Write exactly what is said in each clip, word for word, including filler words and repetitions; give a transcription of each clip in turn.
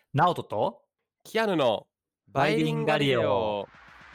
ナオトとキアヌのバイリンガリオ。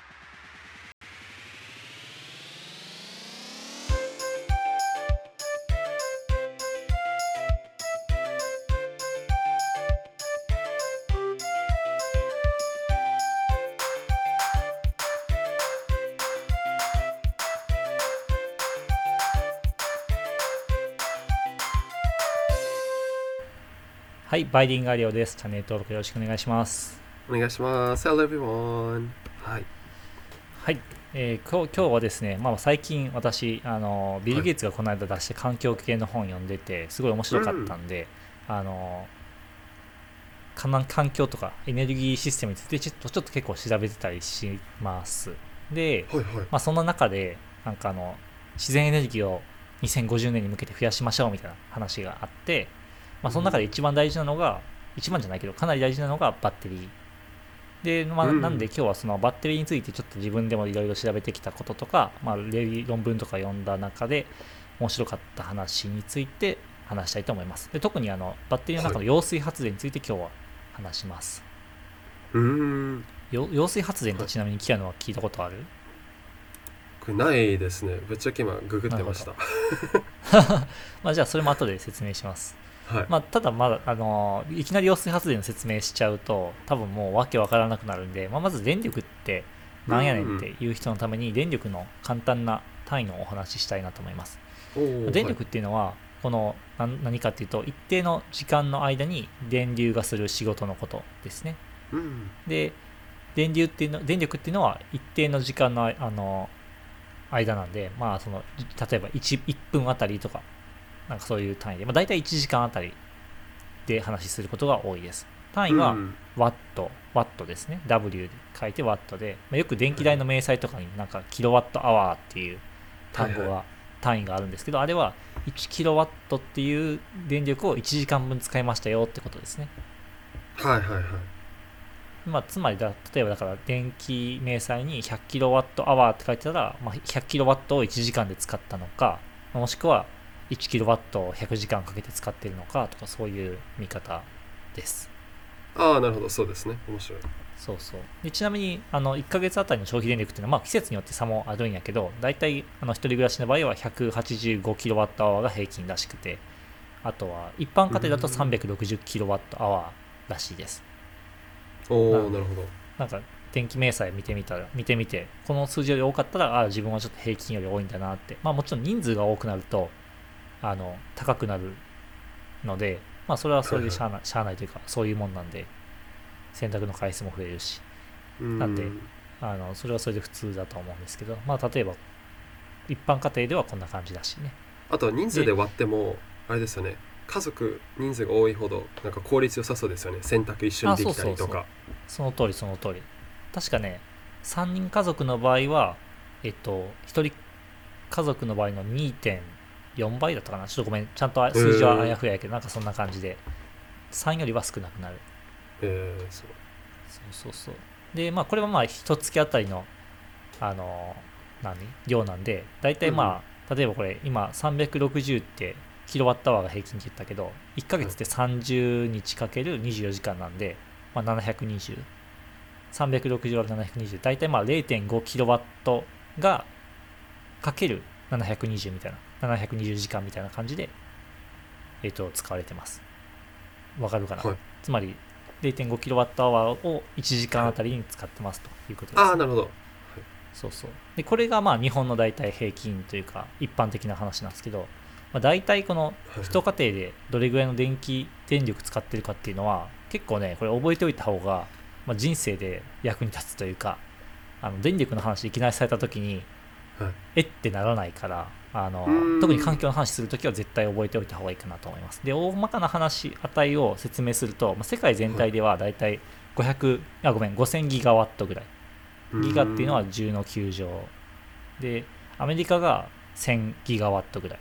はい、バイリンガリオです。チャンネル登録よろしくお願いします。 お願いします。Hello everyone。はい。 はい、えー、今日今日はですね、まあ、最近私あのビル・ゲイツがこの間出して環境系の本を読んでてすごい面白かったんで、うん、あの環境とかエネルギーシステムについてちょっとちょっと結構調べてたりします。で、 はいはい、 まあ、そんな中でなんかあの自然エネルギーをにせんごじゅうねんに向けて増やしましょうみたいな話があって、まあ、その中で一番大事なのが、うん、一番じゃないけどかなり大事なのがバッテリーで、まあ、なんで今日はそのバッテリーについてちょっと自分でもいろいろ調べてきたこととか、まあ、論文とか読んだ中で面白かった話について話したいと思います。で特にあのバッテリーの中の揚水発電について今日は話します。 うーん。 揚水発電ってちなみにキアヌは聞いたことある？ これないですね。ぶっちゃけ今ググってました。 まあじゃあそれも後で説明します。 はい、 まあ、ただまだ、あのー、いきなり揚水発電の説明しちゃうと多分もうわけわからなくなるんで、まあ、まず電力ってなんやねんっていう人のために電力の簡単な単位のお話ししたいなと思います。電力っていうのはこの何かっていうと一定の時間の間に電流がする仕事のことですね。 うん、 で電流っていうの電力っていうのは一定の時間のあの間なんで、まあその例えば 1, いっぷんあたりとかなんかそういう単位で、まあ、大体いちじかんあたりで話しすることが多いです。単位はワット、ワットですね。ダブリュー で書いてワットで、まあ、よく電気代の明細とかになんかキロワットアワーっていう単語が、はいはい、単位があるんですけど、あれはいちキロワットっていう電力をいちじかんぶん使いましたよってことですね。 はいはいはい。 まあ、つまりだ例えばだから電気明細にひゃくキロワットアワーって書いてたら、まあ、ひゃくキロワットをいちじかんで使ったのか、もしくはいちキロワットをひゃくじかんかけて使っているのかとか、そういう見方です。 ああ、なるほど。そうですね。面白い。 そうそう。でちなみにあのいっかげつあたりの消費電力っていうのは、まあ、季節によって差もあるんやけど、だいたいあの一人暮らしの場合はひゃくはちじゅうごキロワットアワーが平均らしくて、あとは一般家庭だとさんびゃくろくじゅうキロワットアワーらしいです。 おお、なるほど。 なんか電気明細見てみたら見てみてこの数字より多かったら、あ自分はちょっと平均より多いんだなって。まあもちろん人数が多くなるとあの高くなるので、まあそれはそれでしゃあない、はいはい、しゃあないというか、そういうもんなんで洗濯の回数も増えるし、なんであのそれはそれで普通だと思うんですけど、まあ例えば一般家庭ではこんな感じだしね。 あとは人数で割ってもあれですよね。家族人数が多いほどなんか効率良さそうですよね。洗濯一緒にできたりとか。そうそうそう、 その通りその通り。確かね、さんにん家族の場合はえっとひとり家族の場合の にてんよん 倍だったかな。ちょっとごめん、ちゃんと数字はあやふややけど、なんかそんな感じでさんよりは少なくなる。 えー、そうそうそうそう。でまあこれはまあ一月あたりのあの何量なんで、だいたいまあ、うん、例えばこれ今さんびゃくろくじゅうってキロワットアワーが平均って言ったけど、いっかげつってさんじゅうにちかけるにじゅうよじかんなんで、まあ、ななひゃくにじゅう、さんびゃくろくじゅう割るななひゃくにじゅう、だいたいまあ れいてんごキロワットがかけるななひゃくにじゅうみたいな、ななひゃくにじゅうじかんみたいな感じで、えー、と使われてます。わかるかな、はい、つまり れいてんごキロワットアワーをいちじかんあたりに使ってますということです、ね。 ああ、なるほど。はい、 そうそう。でこれがまあ日本の大体平均というか一般的な話なんですけど、まあ、大体この一家庭でどれぐらいの電気電力使ってるかっていうのは結構ね、これ覚えておいた方が、まあ、人生で役に立つというか、あの電力の話いきなりされた時に、はい、えってならないから、あの特に環境の話するときは絶対覚えておいた方がいいかなと思います。で大まかな話値を説明すると、まあ、世界全体ではだいたいごひゃく、あごめんごせんギガワットぐらい。ギガっていうのはじゅうのきゅう乗で、アメリカがせんギガワットぐらい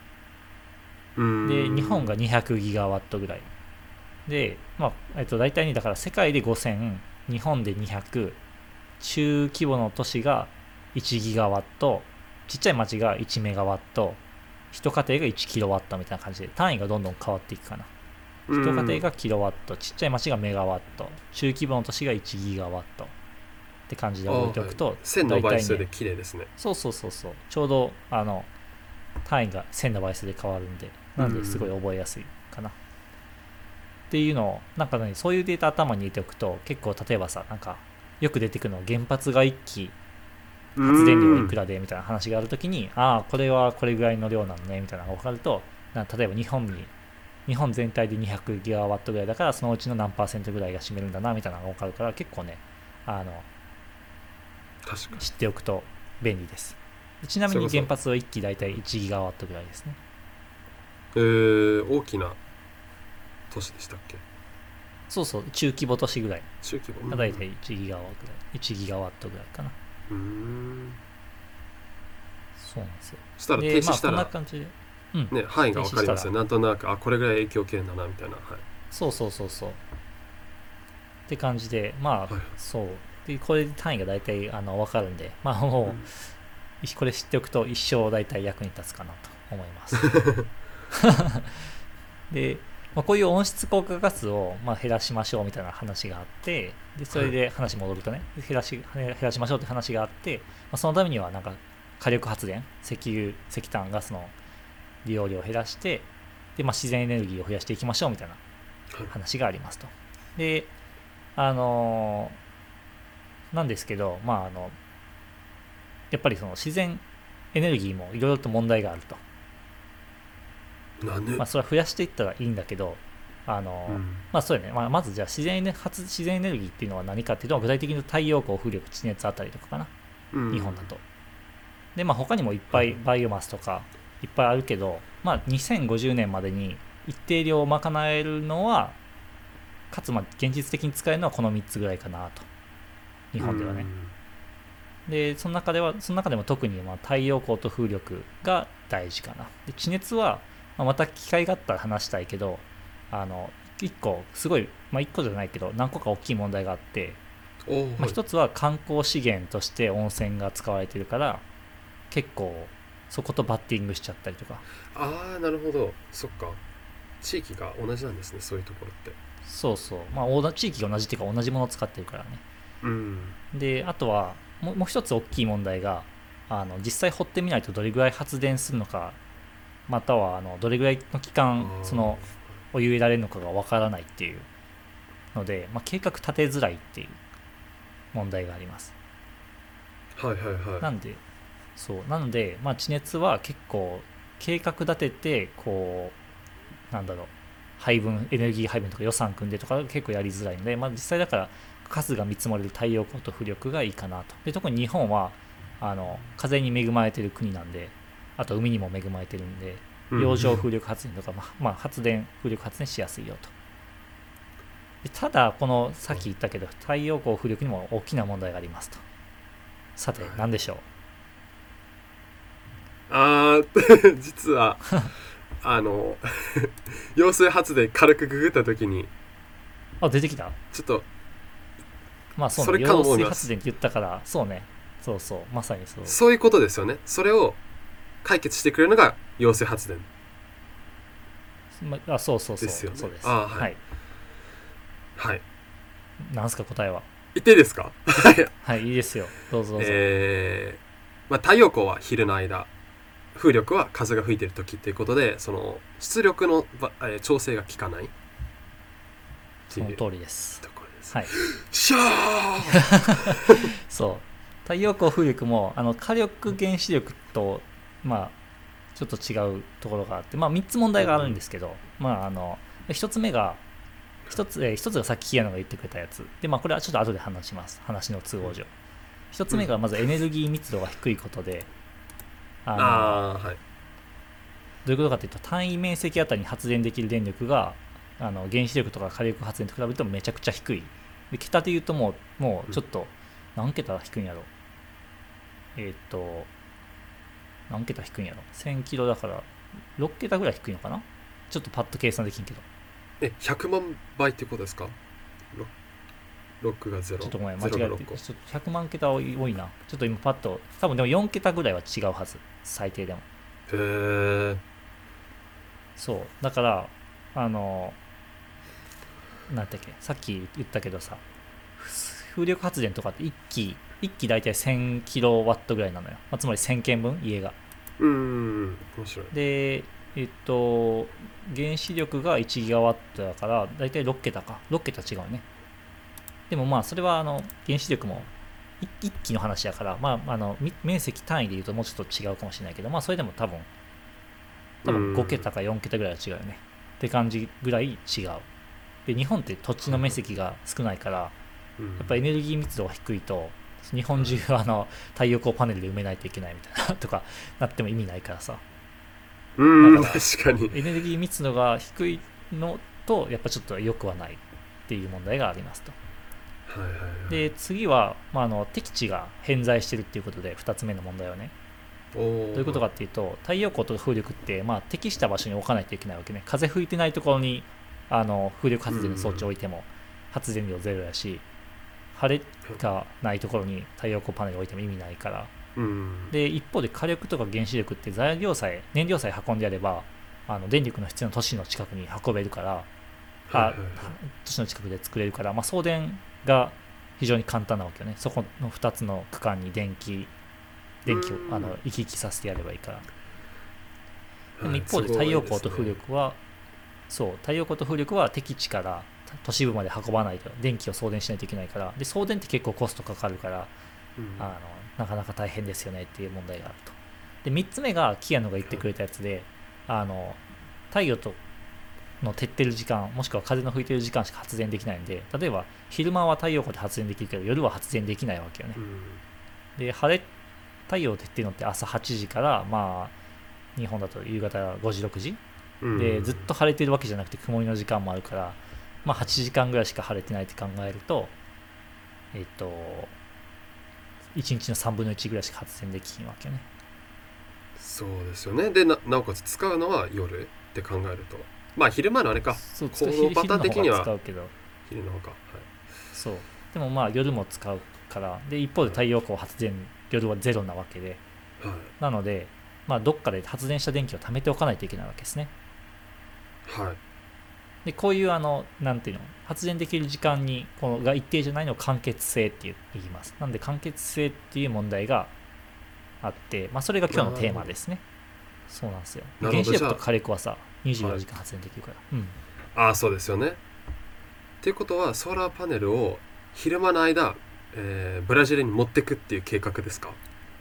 で、日本がにひゃくギガワットぐらいで、まあえっと、大体にだから世界でごせん、日本でにひゃく、中規模の都市がいちギガワット、ちっちゃい町がいちメガワット、一家庭がいちキロワットみたいな感じで単位がどんどん変わっていくかな。 うん一家庭がキロワット、ちっちゃい町がメガワット、中規模の都市がいちギガワットって感じで覚えておくと、 あーはい、線の倍数で大体ね、 綺麗ですね。 そうそうそうそう、ちょうどあの単位が線の倍数で変わるんで、なんですごい覚えやすいかな。っていうのを、なんかね、そういうデータ頭に入れておくと、結構例えばさ、なんかよく出てくるのは原発がいっき発電量いくらでみたいな話があるときに、ああ、これはこれぐらいの量なのねみたいなのが分かると、な例えば日本に、日本全体でにひゃくギガワットぐらいだから、そのうちの何パーセントぐらいが占めるんだなみたいなのが分かるから、結構ね、あの確かに。 知っておくと便利です。ちなみに原発はいっき大体いちギガワットぐらいですね。 えー、大きな都市でしたっけ？ そうそう、中規模都市ぐらい。 中規模。 大体いちギガワットぐらい。いちギガワットぐらいかな。 うーん。 そうなんですよ。 そしたら停止したら、 まあ、こんな感じで。うん。 ね、範囲が分かりますよ。 停止したらなんとなく、あ、これぐらい影響を受けるんだなみたいな。はい。 そうそうそうそう。って感じで、まあ、 はいそう。で、これで単位が大体あの分かるんで、まあもう、 うんこれ知っておくと一生大体役に立つかなと思います。で、まあ、こういう温室効果ガスをまあ減らしましょうみたいな話があって、でそれで話戻るとね、減らし減らしましょうって話があって、まあ、そのためにはなんか火力発電、石油、石炭ガスの利用量を減らして、でまあ、自然エネルギーを増やしていきましょうみたいな話がありますと。で、あのーなんですけど、まああのやっぱりその自然エネルギーもいろいろと問題があると。 なんで、 まあ、それは増やしていったらいいんだけど、あの、 うんまあそうやね、まあ、まずじゃあ自然エネ発自然エネルギーっていうのは何かっていうと、具体的に太陽光、風力、地熱あたりとかかな、 うん日本だと。で、まあ他にもいっぱいバイオマスとかいっぱいあるけど、まあにせんごじゅうねんまでに一定量を賄えるのは、かつまあ現実的に使えるのはこのみっつぐらいかなと。日本ではね。で、その中では、その中でも特にまあ太陽光と風力が大事かな。で、地熱は、まあ、また機会があったら話したいけど、あの、一個、すごい、まあ一個じゃないけど、何個か大きい問題があって、 うんまあ、一つは観光資源として温泉が使われてるから、結構、そことバッティングしちゃったりとか。 ああ、なるほど。そっか。地域が同じなんですね、そういうところって。 そうそう。まあ、同じ地域が同じっていうか同じものを使ってるからね。 うん。 で、あとは、もうもう一つ大きい問題が、あの実際掘ってみないとどれぐらい発電するのか、またはあのどれぐらいの期間あーそのお湯入れられるのかがわからないっていうので、まあ、計画立てづらいっていう問題があります。 はいはいはい。 なんで、そうなので、まあ、地熱は結構計画立ててこうなんだろう配分エネルギー配分とか予算組んでとか結構やりづらいので、まあ、実際だから数が見積もれる太陽光と風力がいいかなと。で特に日本はあの風に恵まれてる国なんで、あと海にも恵まれてるんで、洋上風力発電とか、まあまあ、発電風力発電しやすいよと。でただこのさっき言ったけど太陽光風力にも大きな問題がありますと。さて何でしょう。 あー実はあの揚水発電軽くググった時にあ、出てきた。 ちょっとまあそうね、 それかと揚水思います。 発電って言ったからそうね、そうそう、まさにそう。 そういうことですよね。それを解決してくれるのが揚水発電まあ、そうそうそうですよね。 そうです。 あーはいはい。 はい。 なんすか答えは。 言っていいですか？はいはい、いいですよ。どうぞどうぞ。 えーまあ、太陽光は昼の間、風力は風が吹いてる時っていうことで、その出力のば、えー調整が効かないってそのいう通りです。 ところです。 はい。 シャーそう。太陽光風力もあの火力原子力とまあちょっと違うところがあって、まあみっつ問題があるんですけど、まああのひとつめが一つ、えー、一つがさっきキアノが言ってくれたやつで、まあこれはちょっと後で話します。話の都合上。一つ目がまずエネルギー密度が低いことで、あのあーはい。 どういうことかというと、単位面積あたりに発電できる電力があの原子力とか火力発電と比べるとめちゃくちゃ低い。で桁で言うともうもうちょっと何桁低いんやろ。えーっと何桁低いんやろ。せんキロだからろっ桁ぐらい低いのかな。ちょっとパッと計算できんけど。 え、ひゃくまん倍ってことですか？ ろく がゼロ。 ちょっとごめん間違えゼロがろっこ。 てちょっとひゃくまん桁多いな。ちょっと今パッと多分でもよん桁ぐらいは違うはず。最低でも。 へーそうだからあのなんだっけさっき言ったけどさ、風力発電とかっていっきいっき大体せんキロワットぐらいなのよ、まあ、つまりせんけんぶん家が。 うん、面白い。 でえっと原子力がいちギガワットだから大体ろっけたか、ろっけた違うね。でもまあそれはあの原子力もいっきの話やから、まあ、あの面積単位で言うともうちょっと違うかもしれないけど、まあそれでも多分多分ごけたかよんけたぐらいは違うよねって感じぐらい違う。で日本って土地の面積が少ないから、やっぱエネルギー密度が低いと日本中あの太陽光パネルで埋めないといけないみたいなとかなっても意味ないからさ。 うん、確かにエネルギー密度が低いのとやっぱちょっと良くはないっていう問題がありますと。 はいはいはい、 で次は、まあ、あの適地が偏在してるっていうことでふたつめの問題はね、どういうことかっていうと、太陽光と風力って、まあ、適した場所に置かないといけないわけね。風吹いてないところにあの風力発電の装置を置いても発電量ゼロやし、晴れがないところに太陽光パネルを置いても意味ないから、 うん、で一方で火力とか原子力って材料さえ燃料さえ運んでやればあの電力の必要な都市の近くに運べるから、あ、はいはいはい、都市の近くで作れるから、まあ、送電が非常に簡単なわけよね。そこのふたつの区間に電気電気をあの行き来させてやればいいから。でも一方で太陽光と風力は、そう太陽光と風力は適地から都市部まで運ばないと電気を送電しないといけないから、で送電って結構コストかかるから、うん、あのなかなか大変ですよねっていう問題があると。でみっつめがキアノが言ってくれたやつで、あの太陽との照ってる時間もしくは風の吹いてる時間しか発電できないんで、例えば昼間は太陽光で発電できるけど夜は発電できないわけよね、うん、で晴れ太陽照ってるのって朝はちじからまあ日本だと夕方ごじろくじ、うん、でずっと晴れてるわけじゃなくて曇りの時間もあるから、まあはちじかんぐらいしか晴れてないって考えるとえっといちにちのさんぶんのいちぐらいしか発電できひんわけよね。 そうですよね。で な, なおかつ使うのは夜って考えると、まあ昼間のあれか、 そう行動パターン的には昼の方が使うけど、 昼の方か、はい、 そうでもまあ夜も使うから、で一方で太陽光発電夜はゼロなわけで、はい、なのでまあどっかで発電した電気を貯めておかないといけないわけですね。 はい。 でこういうあのなんていうの発電できる時間にこのが一定じゃないのを間欠性って言います。なので間欠性っていう問題があって、まあ、それが今日のテーマですね。そうなんですよ。原子力と火力はさにじゅうよじかん発電できるから、はい、うん、 ああそうですよね。っていうことはソーラーパネルを昼間の間、えー、ブラジルに持ってくっていう計画ですか？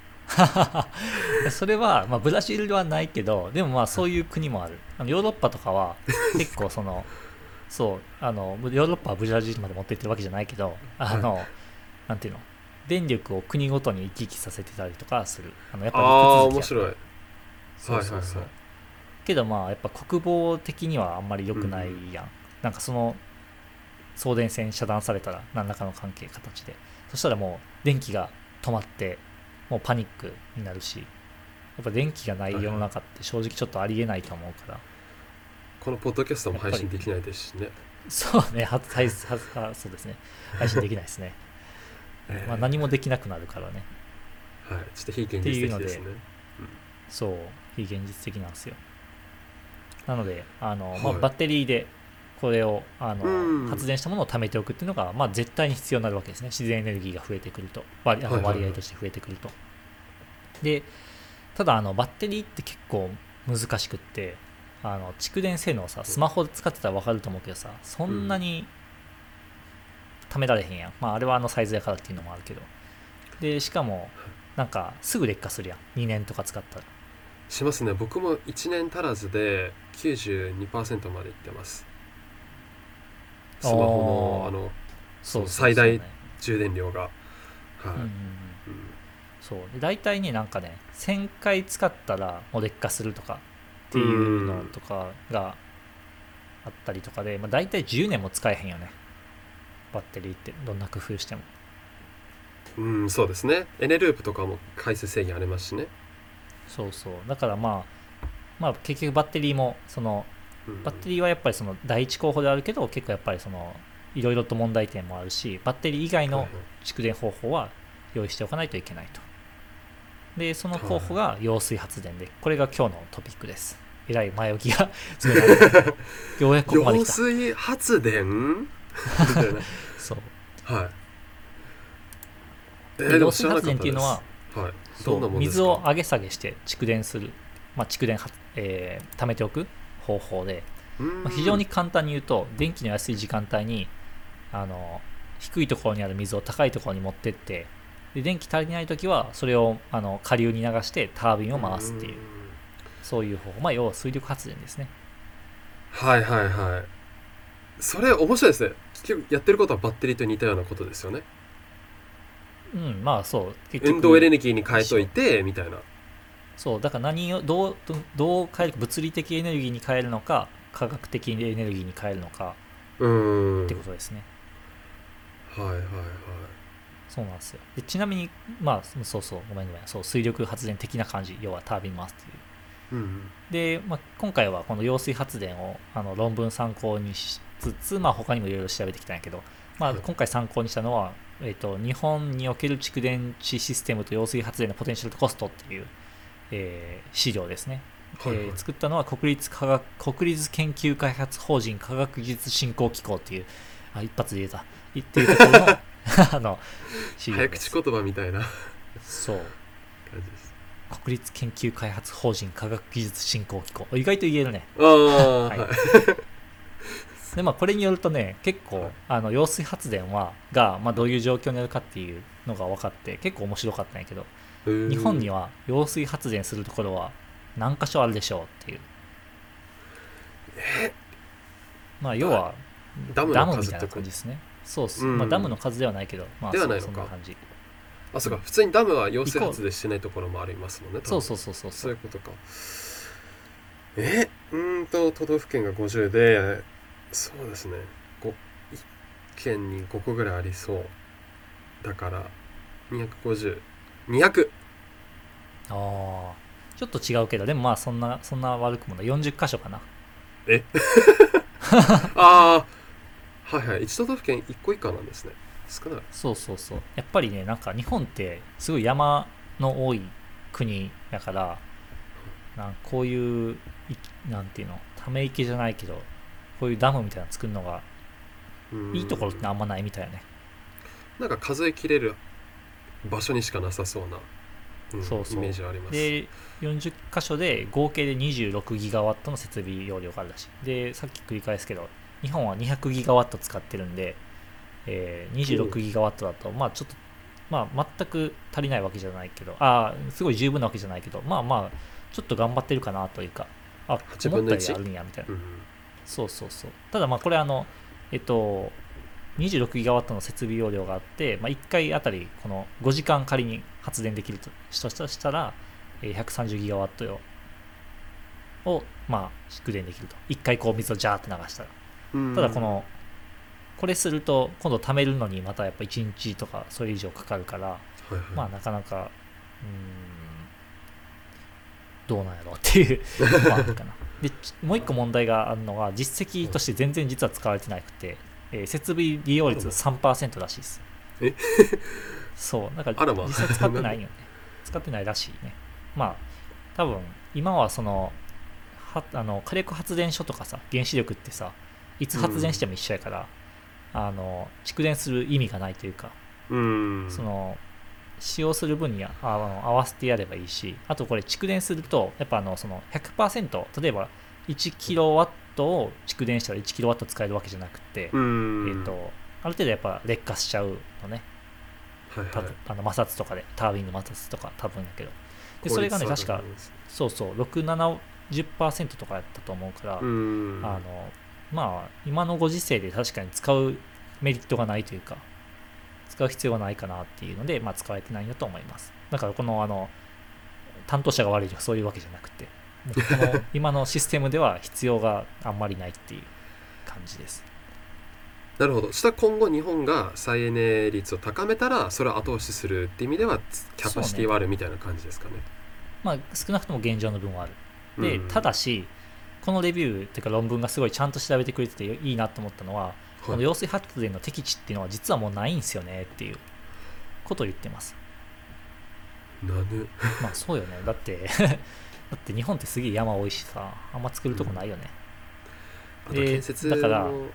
それは、まあ、ブラジルではないけど、でもまあそういう国もある。あのヨーロッパとかは結構そのそうあのヨーロッパはブラジルまで持っていってるわけじゃないけど、あの、はい、なんていうの電力を国ごとに行き来させてたりとかする。あのやっぱりああ面白い。 そうそうそう、はいはいはい、けどまあやっぱ国防的にはあんまり良くないやん、うん、なんかその送電線遮断されたら何らかの関係形で、そしたらもう電気が止まってもうパニックになるし、やっぱ電気がない世の中って正直ちょっとありえないと思うから、 このポッドキャストも配信できないですしね。 そうね、はははそうですね、配信できないですね、えーまあ、何もできなくなるからね。 はい、ちょっと非現実的ですね。 っていうので、うん、そう非現実的なんですよ。なのであの、はいまあ、バッテリーでこれをあの発電したものを貯めておくっていうのが、まあ、絶対に必要になるわけですね。自然エネルギーが増えてくると、割あの割合として増えてくると、はいはいはい、でただあのバッテリーって結構難しくって、あの蓄電性能をさスマホで使ってたら分かると思うけどさ、そんなに貯められへんやん、まあ、あれはあのサイズやからっていうのもあるけど、でしかもなんかすぐ劣化するやん、にねんとか使ったら。 しますね。僕もいちねん足らずで きゅうじゅうにパーセント までいってます。スマホのあのそう最大充電量が、はい、うんうんうん、 そうで大体ねなんかねせんかい使ったらもう劣化するとかっていうのとかがあったりとかで、まあ、大体じゅうねんも使えへんよね、バッテリーってどんな工夫しても。 うんそうですね。エネループとかも回数制限ありますしね。 そうそうだからまあまあ結局バッテリーもそのバッテリーはやっぱりその第一候補であるけど、結構やっぱりそのいろいろと問題点もあるし、バッテリー以外の蓄電方法は用意しておかないといけないと。でその候補が揚水発電で、これが今日のトピックです。 えらい前置きがすごいなようやくここまで来た。 揚水発電みたいなそうはい、えー、 ででも揚水発知らなかったです。 電っていうのははい、 そうどんなもんですか。 水を上げ下げして蓄電する、まあ、蓄電は、えー貯めておく方法で、 うーんまあ、非常に簡単に言うと電気の安い時間帯にあの低いところにある水を高いところに持ってってで電気足りないときはそれをあの下流に流してタービンを回すっていうーんそういう方法、まあ、要は水力発電ですね。 はいはいはい。それ面白いですね。結局やってることはバッテリーと似たようなことですよね。 うんまあそう結局運動エネルギーに変えといてみたいな。 そうだから何をどうどう変える物理的エネルギーに変えるのか科学的エネルギーに変えるのかうーんってことですね。 はいはいはい。 そうなんですよ。でちなみにまあそうそうごめんごめんそう水力発電的な感じ要はタービン回すっていう。 うんうんで、まあ、今回はこの揚水発電をあの論文参考にしつつ、まあ、他にもいろいろ調べてきたんやけど、まあ、 はい今回参考にしたのは、えー、と日本における蓄電池システムと揚水発電のポテンシャルとコストっていう、えー資料ですね。 はいはいえー作ったのは国立科学国立研究開発法人科学技術振興機構っていうあ一発で言えた言ってるところのあの資料早です。 口言葉みたいな感そうじです。 国立研究開発法人科学技術振興機構意外と言えるね。 ああはいはいでまあ、これによるとね結構、 はいあの揚水発電はが、まあ、どういう状況にあるかっていうのが分かって結構面白かったんやけど日本にはは揚水発電するところは何箇所あるでしょうっていうまあ要はダムのダムみたいな数ってこと感じですね。そうっす、 うんまあ、ダムの数ではないけど、まあ、 ではないのかそうそんな感じ。 あそうか普通にダムは揚水発電してないところもありますもんね。多分そうそうそうそうそそうういうことか。えうーんと都道府県がごじゅうでそうですねごいっ県にごこぐらいありそうだからにひゃくごじゅう、にひゃくああちょっと違うけどでもまあそんなそんな悪くもないよんじゅっ箇所かな。 ああはいはいいち都道府県いっこ以下なんですね。少ない。 そうそうそうやっぱりねなんか日本ってすごい山の多い国だからなんこういういなんていうのため池じゃないけどこういうダムみたいなの作るのがうーんいいところってあんまないみたいよね。 なんか数えきれる場所にしかなさそうな、うん、 そうそうイメージはあります。 でよんじゅっ箇所で合計でにじゅうろくギガワットの設備容量があるらしい。でさっき繰り返すけど日本はにひゃくギガワット使ってるんで、えー、にじゅうろくギガワットだとまあちょっとまあ全く足りないわけじゃないけどああすごい十分なわけじゃないけどまあまあちょっと頑張ってるかなというかあはちぶんのいち思ったよりあるんやみたいな。 うんそうそうそうただまあこれあのえっとにじゅうろくギガワットの設備容量があって、まあ、いっかいあたりこのごじかん仮に発電できるとしたらひゃくさんじゅうギガワットをまあ蓄電できるといっかいこう水をジャーって流したらうんただこのこれすると今度貯めるのにまたやっぱいちにちとかそれ以上かかるからはいはいまあなかなかうーんどうなんやろうっていうのがあるかな。でもう一個問題があるのが実績として全然実は使われてなくて、えー設備利用率 さんパーセント らしいです。 えそうだかあらまら実際使ってないよね使ってないらしいね。まあ多分今はそのはあの火力発電所とかさ原子力ってさいつ発電しても一緒やから、うん、あの蓄電する意味がないというか、 うん、 その使用する分にあの合わせてやればいいしあとこれ蓄電するとやっぱあのその ひゃくパーセント 例えばいちキロワットを蓄電したらいちキロワット使えるわけじゃなくて、 うんえー、とある程度やっぱ劣化しちゃうのねはいはいたあの摩擦とかでタービンの摩擦とか多分だけどでそれがね確かそうそうろく、ななじゅっパーセント とかやったと思うから、 うんあのまあ今のご時世で確かに使うメリットがないというか使う必要がないかなっていうので、まあ、使われてないんだと思います。だからこのあの担当者が悪いとかそういうわけじゃなくてもうこの今のシステムでは必要があんまりないっていう感じです。 なるほど。したら今後日本が再エネ率を高めたらそれを後押しするっていう意味ではキャパシティはあるみたいな感じですかね。 まあ少なくとも現状の分はある。で、 うんただしこのレビューっていうか論文がすごいちゃんと調べてくれてていいなと思ったのは、 はいこの揚水発電の適地っていうのは実はもうないんですよねっていうことを言ってます。 なぬまあそうよね。だってだって日本ってすげえ山多いしさ、あんま作るとこないよね、 うん、あと建設だから、 うん、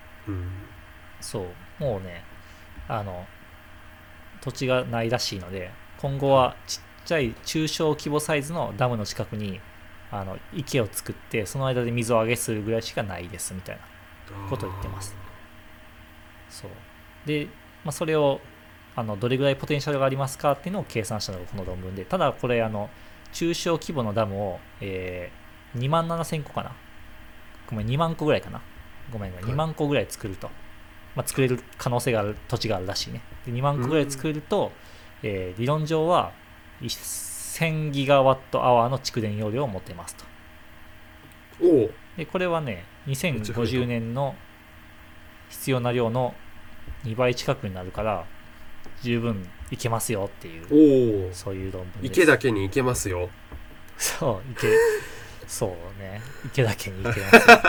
そうもうねあの土地がないらしいので、今後はちっちゃい中小規模サイズのダムの近くにあの池を作って、その間で水をあげするぐらいしかないですみたいなことを言ってます。そうで、まあ、それをあのどれぐらいポテンシャルがありますかっていうのを計算したのがこの論文で、ただこれあの中小規模のダムを、えー、にまんななせんこかな、ごめんにまんこぐらいかな、ごめん、ね、にまんこぐらい作ると、まあ、作れる可能性がある土地があるらしいね。でにまんこぐらい作ると、えー、理論上はせんギガワットアワーの蓄電容量を持ってますと。 おでこれはねにせんごじゅうねんの必要な量のにばい近くになるから十分いけますよっていう、 おそういう論文です。 池だけに行けますよ。 そう池そうね池だけに行けますよ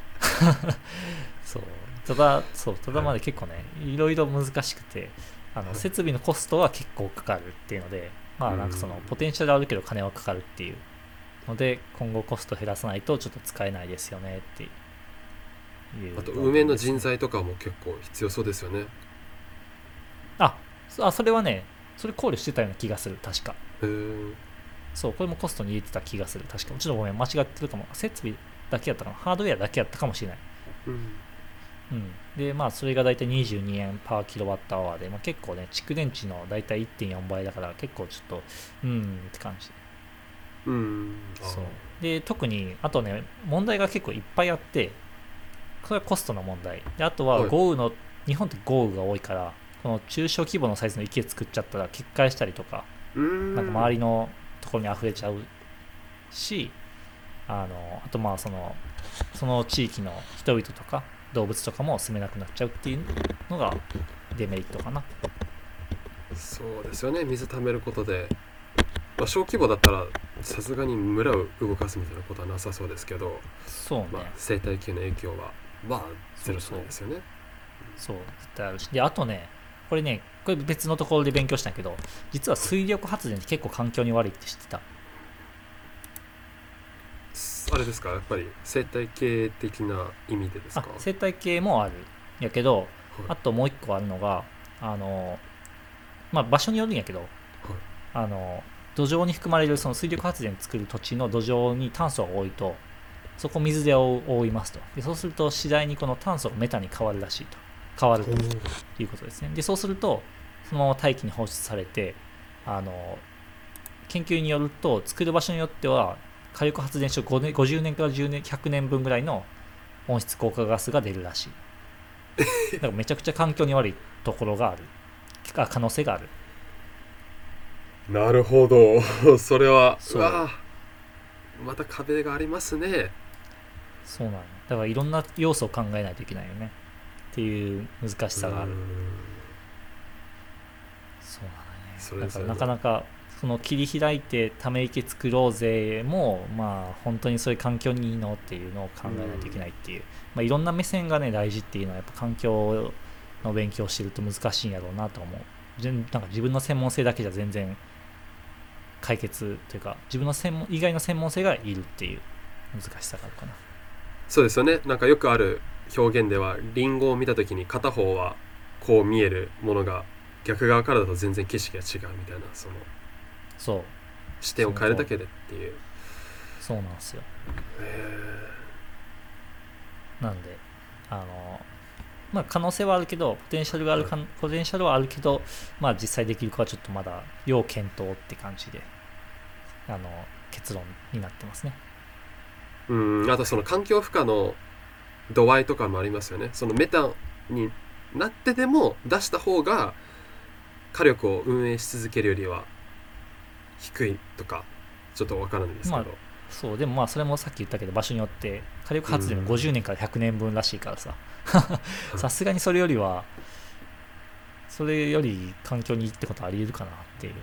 そうただそうただまで結構ねいろいろ難しくて、あの設備のコストは結構かかるっていうので、まあなんかそのポテンシャルあるけど金はかかるっていうので、今後コスト減らさないとちょっと使えないですよねっていう。 あと運営の人材とかも結構必要そうですよね。 ああそれはねそれ考慮してたような気がする確か。 へーそうこれもコストに入れてた気がする確か。ちょっとごめん間違ってるかも、設備だけやったかな、ハードウェアだけやったかもしれない。 うんうん、でまあそれがだいたいにじゅうにえんパーキロワットアワーで、まあ、結構ね蓄電池のだいたい いってんよん 倍だから結構ちょっとうんって感じ。 うんそうで特にあとね問題が結構いっぱいあって、これはコストの問題で、あとは豪雨の、はい、日本って豪雨が多いからこの中小規模のサイズの池作っちゃったら決壊したりとか、 うんなんか周りのところに溢れちゃうし、あのあとまあそのその地域の人々とか動物とかも住めなくなっちゃうっていうのがデメリットかな。 そうですよね。水溜めることで、まあ、小規模だったらさすがに村を動かすみたいなことはなさそうですけど、 そうね、 まあ、生態系の影響はまあゼロじゃないですよね。 そうそう絶対あるし、であとねこれねこれ別のところで勉強したんやけど、実は水力発電って結構環境に悪いって知ってた？ あれですか、やっぱり生態系的な意味でですか？ あ生態系もあるんやけど、 はい、 あともう一個あるのがあの、まあ、場所によるんやけど、はい、あの土壌に含まれるその水力発電作る土地の土壌に炭素が多いとそこを水で覆いますと。でそうすると次第にこの炭素がメタンに変わるらしいと変わるということですね。でそうするとそのまま大気に放出されて、あの研究によると作る場所によっては火力発電所ごねんごじゅうねんからじゅうねんひゃくねんぶんぐらいの温室効果ガスが出るらしい。だからめちゃくちゃ環境に悪いところがある可能性がある。 なるほどそれはうわまた壁がありますね。 そうなの。だからいろんな要素を考えないといけないよねっていう難しさがある。そうなのね。それだからなかなかその切り開いてため池作ろうぜもまあ本当にそういう環境にいいのっていうのを考えないといけないっていう、まあ、いろんな目線がね大事っていうのはやっぱ環境の勉強をしてると難しいんやろうなと思う。なんか自分の専門性だけじゃ全然解決というか自分の専門以外の専門性がいるっていう難しさがあるかな。 そうですよね。なんかよくある表現ではリンゴを見た時に片方はこう見えるものが逆側からだと全然景色が違うみたいな、そのそう視点を変えるだけでっていう。 そうなんですよ。 へなんであのまあ可能性はあるけどポテンシャルがあるか、はい、ポテンシャルはあるけどまあ実際できるかはちょっとまだ要検討って感じであの結論になってますね。 うん、あとその環境負荷の度合いとかもありますよね。そのメタンになってでも出した方が火力を運営し続けるよりは低いとかちょっと分からないですけど、まあ、 そうでもまあそれもさっき言ったけど場所によって火力発電もごじゅうねんからひゃくねんぶんらしいからささすがにそれよりはそれより環境にいいってことはあり得るかなっていう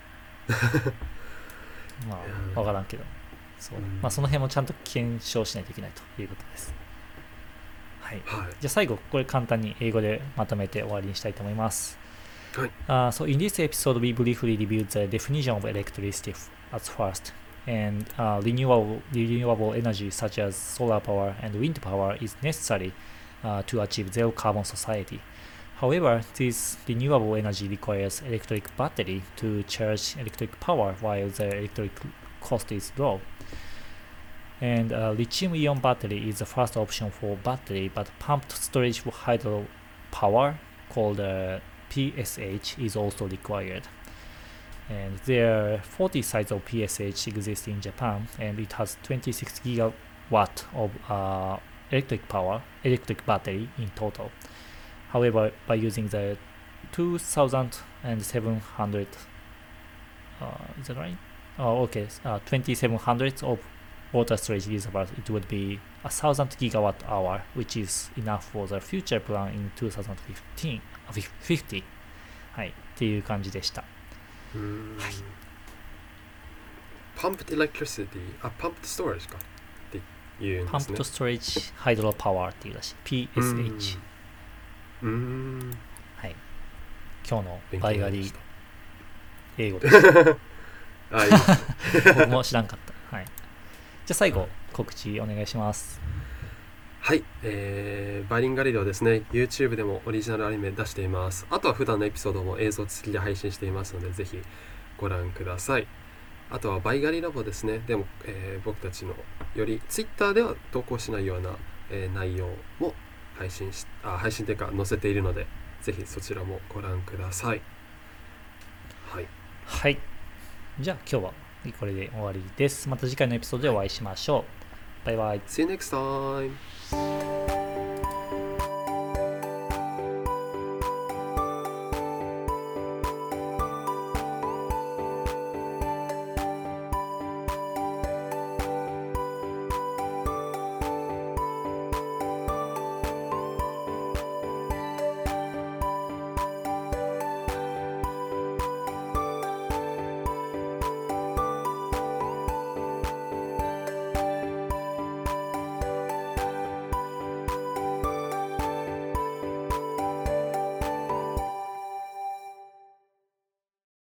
まあ分からんけどそう、まあ、その辺もちゃんと検証しないといけないということです。はい、はい、じゃあ最後これ簡単に英語でまとめて終わりにしたいと思います。 はい、 uh, so in this episode we briefly reviewed the definition of electricity at first. and uh, renewable, renewable energy such as solar power and wind power is necessary uh, to achieve zero carbon society. However, this renewable energy requires electric battery to charge electric power while the electric cost is low. And uh, lithium-ion battery is the first option for battery, but pumped storage for hydro power called uh, P S H is also required. And there are forty sites of P S H exist in Japan, and it has twenty-six gigawatt of uh, electric power, electric battery in total. However, by using the two thousand seven hundred, uh, is that right? Oh, okay, uh, twenty-seven hundred of water storage reservoirs, it would be a thousand gigawatt hour, which is enough for the future plan in twenty fifteen, fifty。はい、っていう感じでした。 うーん、はい、Pumped electricity、あ、Pumped storage かっていうんですね。 Pumped storage hydro power っていうらしい。ピーエスエイチ。 うーん。 はい。今日のバイガリー英語です。 あ、いいですね。 僕も知らんかった。はい。じゃあ最後、告知お願いします。 はい、えー、バイリンガリーではですね、YouTube でもオリジナルアニメ出しています。あとは普段のエピソードも映像付きで配信していますので、ぜひご覧ください。あとはバイガリーラボですね。でも、えー、僕たちのより Twitter では投稿しないような、えー、内容も配信し、あ、配信というか載せているので、ぜひそちらもご覧ください。はい。 はい。じゃあ今日はこれで終わりです。また次回のエピソードでお会いしましょう。バイバイ。 See you next time!